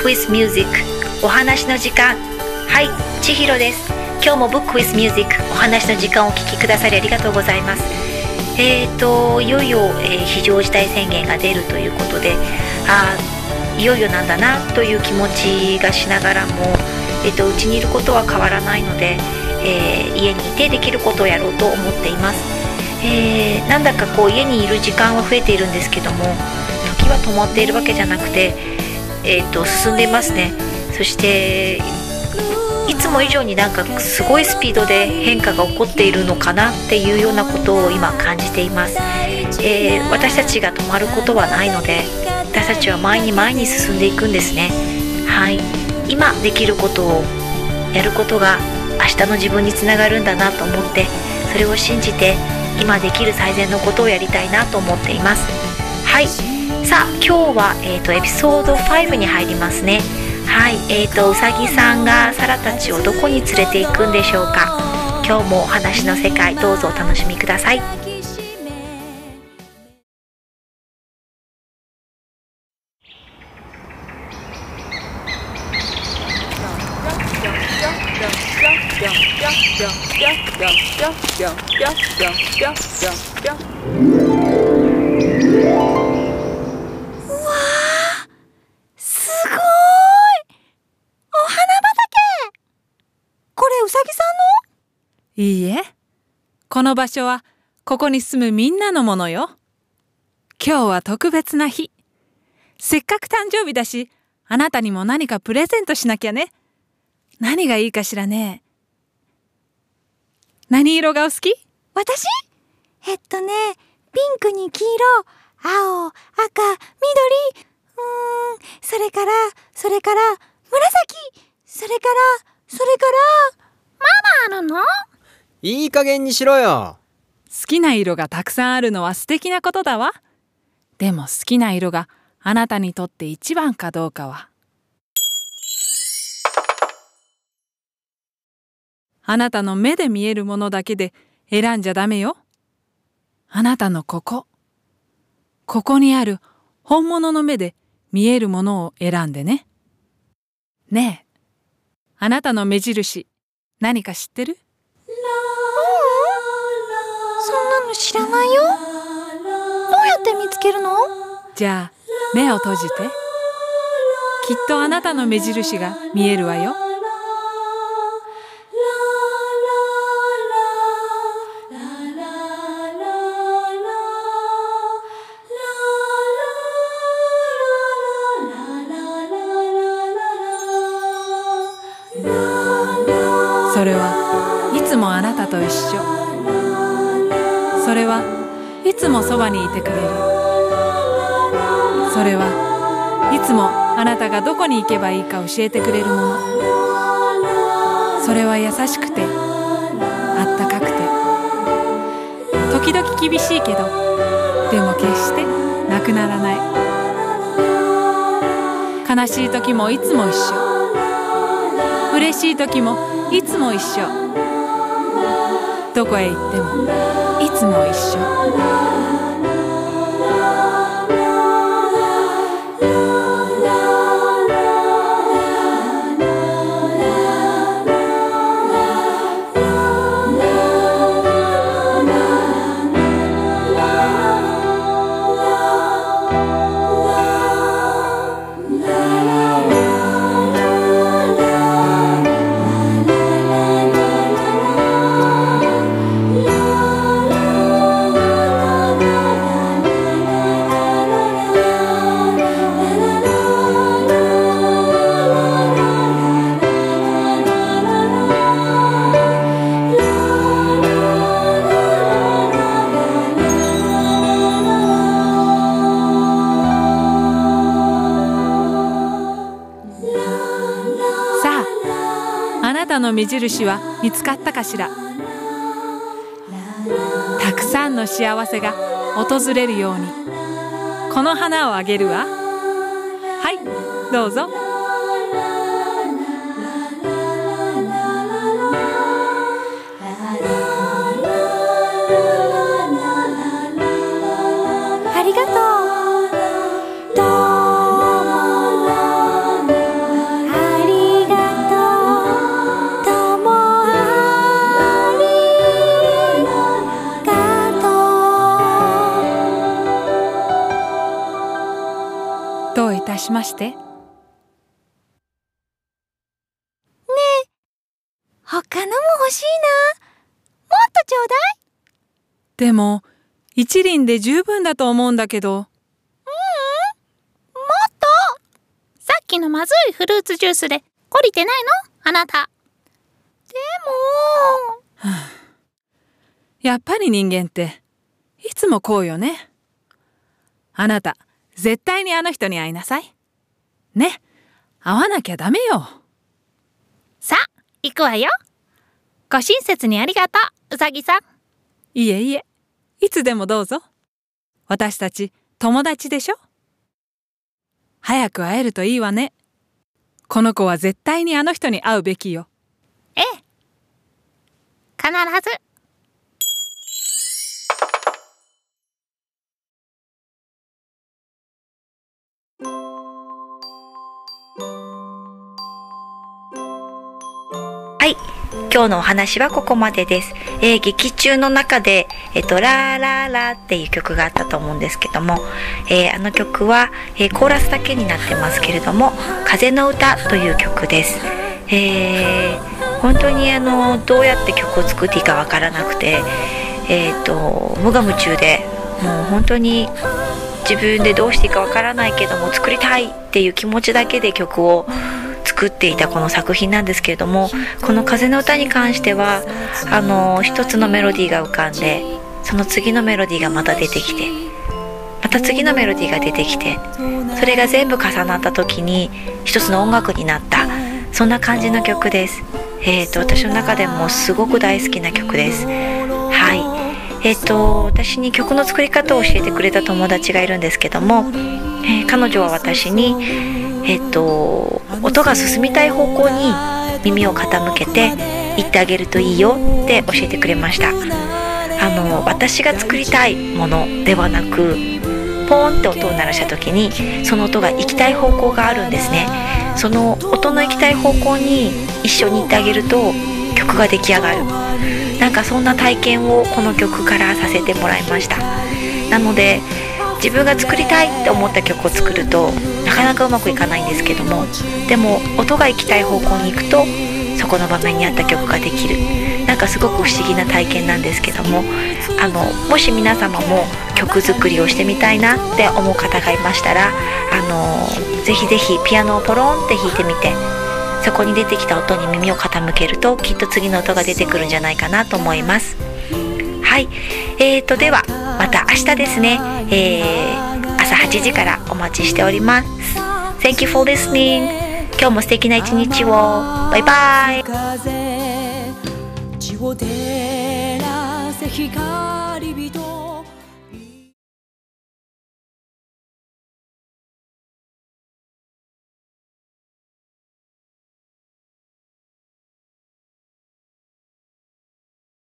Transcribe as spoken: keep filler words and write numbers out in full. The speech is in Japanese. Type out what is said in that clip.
with Music お話の時間。はい、千尋です。今日も Book with Music お話の時間をお聞きくださりありがとうございます。えーといよいよ、えー、非常事態宣言が出るということで、あいよいよなんだなという気持ちがしながらも、えーと、うちにいることは変わらないので、えー、家にいてできることをやろうと思っています。えー、なんだかこう家にいる時間は増えているんですけども、時は止まっているわけじゃなくて、えーと、進んでいますね。そしていつも以上になんかすごいスピードで変化が起こっているのかなっていうようなことを今感じています。えー、私たちが止まることはないので、私たちは前に前に進んでいくんですね。はい、今できることをやることが明日の自分につながるんだなと思って、それを信じて今できる最善のことをやりたいなと思っています。はい、さあ今日は、えーと、エピソードごに入りますね。はい、えーとうさぎさんがサラたちをどこに連れて行くんでしょうか。今日もお話の世界どうぞお楽しみください。 いいえ、この場所はここに住むみんなのものよ。今日は特別な日。せっかく誕生日だし、あなたにも何かプレゼントしなきゃね。何がいいかしらね。何色がお好き？ 私？えっとね、ピンクに黄色、青、赤、緑、うーん、それから、それから、紫、それから、それから、まだあるの？ いい加減にしろよ。 好きな色がたくさんあるのは素敵なことだわ。でも好きな色があなたにとって一番かどうかは。あなたの目で見えるものだけで選んじゃダメよ。あなたのここ。ここにある本物の目で見えるものを選んでね。ねえ、あなたの目印、何か知ってる？ そんなの知らないよ。どうやって見つけるの？ じゃあ目を閉じて。きっとあなたの目印が見えるわよ。それはいつもあなたと一緒。それはいつもそばにいてくれる。それはいつもあなたがどこに行けばいいか教えてくれるもの。それは優しくてあったかくて、時々厳しいけどでも決してなくならない。悲しい時もいつも一緒、嬉しい時もいつも一緒。どこへ行ってもいつも一緒。の目印は見つかったかしら。たくさんの幸せが訪れるようにこの花をあげるわ。はい、どうぞ。 ありがとう。どうも。 しまして。ねえ、他のも欲しいな。もっとちょうだい。 でも一輪で十分だと思うんだけど。 ううん、もっと。さっきのまずいフルーツジュースで懲りてないの？あなた。でも、 はあ、やっぱり人間っていつもこうよね。あなた絶対にあの人に会いなさいね。会わなきゃダメよ。 さあ行くわよ。ご親切にありがとう、うさぎさん。 いえいえ、いつでもどうぞ。私たち友達でしょ。早く会えるといいわね。この子は絶対にあの人に会うべきよ。 ええ、必ず。 はい、今日のお話はここまでです。えー、劇中の中で、えっと、ラーラーラーっていう曲があったと思うんですけども、えー、あの曲は、えー、コーラスだけになってますけれども、風の歌という曲です。えー、本当にあのどうやって曲を作っていいかわからなくて、えー、と無我夢中で、もう本当に自分でどうしていいかわからないけども作りたいっていう気持ちだけで曲を作っていたこの作品なんですけれども、この風の歌に関してはあの一つのメロディーが浮かんで、その次のメロディーがまた出てきて、また次のメロディーが出てきて、それが全部重なった時に一つの音楽になった、そんな感じの曲です。えーと私の中でもすごく大好きな曲です。はい、えーと私に曲の作り方を教えてくれた友達がいるんですけども、えー、彼女は私にえーと音が進みたい方向に耳を傾けて言ってあげるといいよって教えてくれました。あの私が作りたいものではなく、ポーンって音を鳴らした時にその音が行きたい方向があるんですね。その音の行きたい方向に一緒に行ってあげると曲が出来上がる。なんかそんな体験をこの曲からさせてもらいました。なので自分が作りたいって思った曲を作るとなかなかうまくいかないんですけども、でも音が行きたい方向に行くとそこの場面に合った曲ができる。なんかすごく不思議な体験なんですけども、あのもし皆様も曲作りをしてみたいなって思う方がいましたら、あのぜひぜひピアノをポロンって弾いてみて、そこに出てきた音に耳を傾けるときっと次の音が出てくるんじゃないかなと思います。はい、えーとではまた明日ですね、えー、朝はちじからお待ちしております。 Thank you for listening。 今日も素敵な一日を。バイバイ。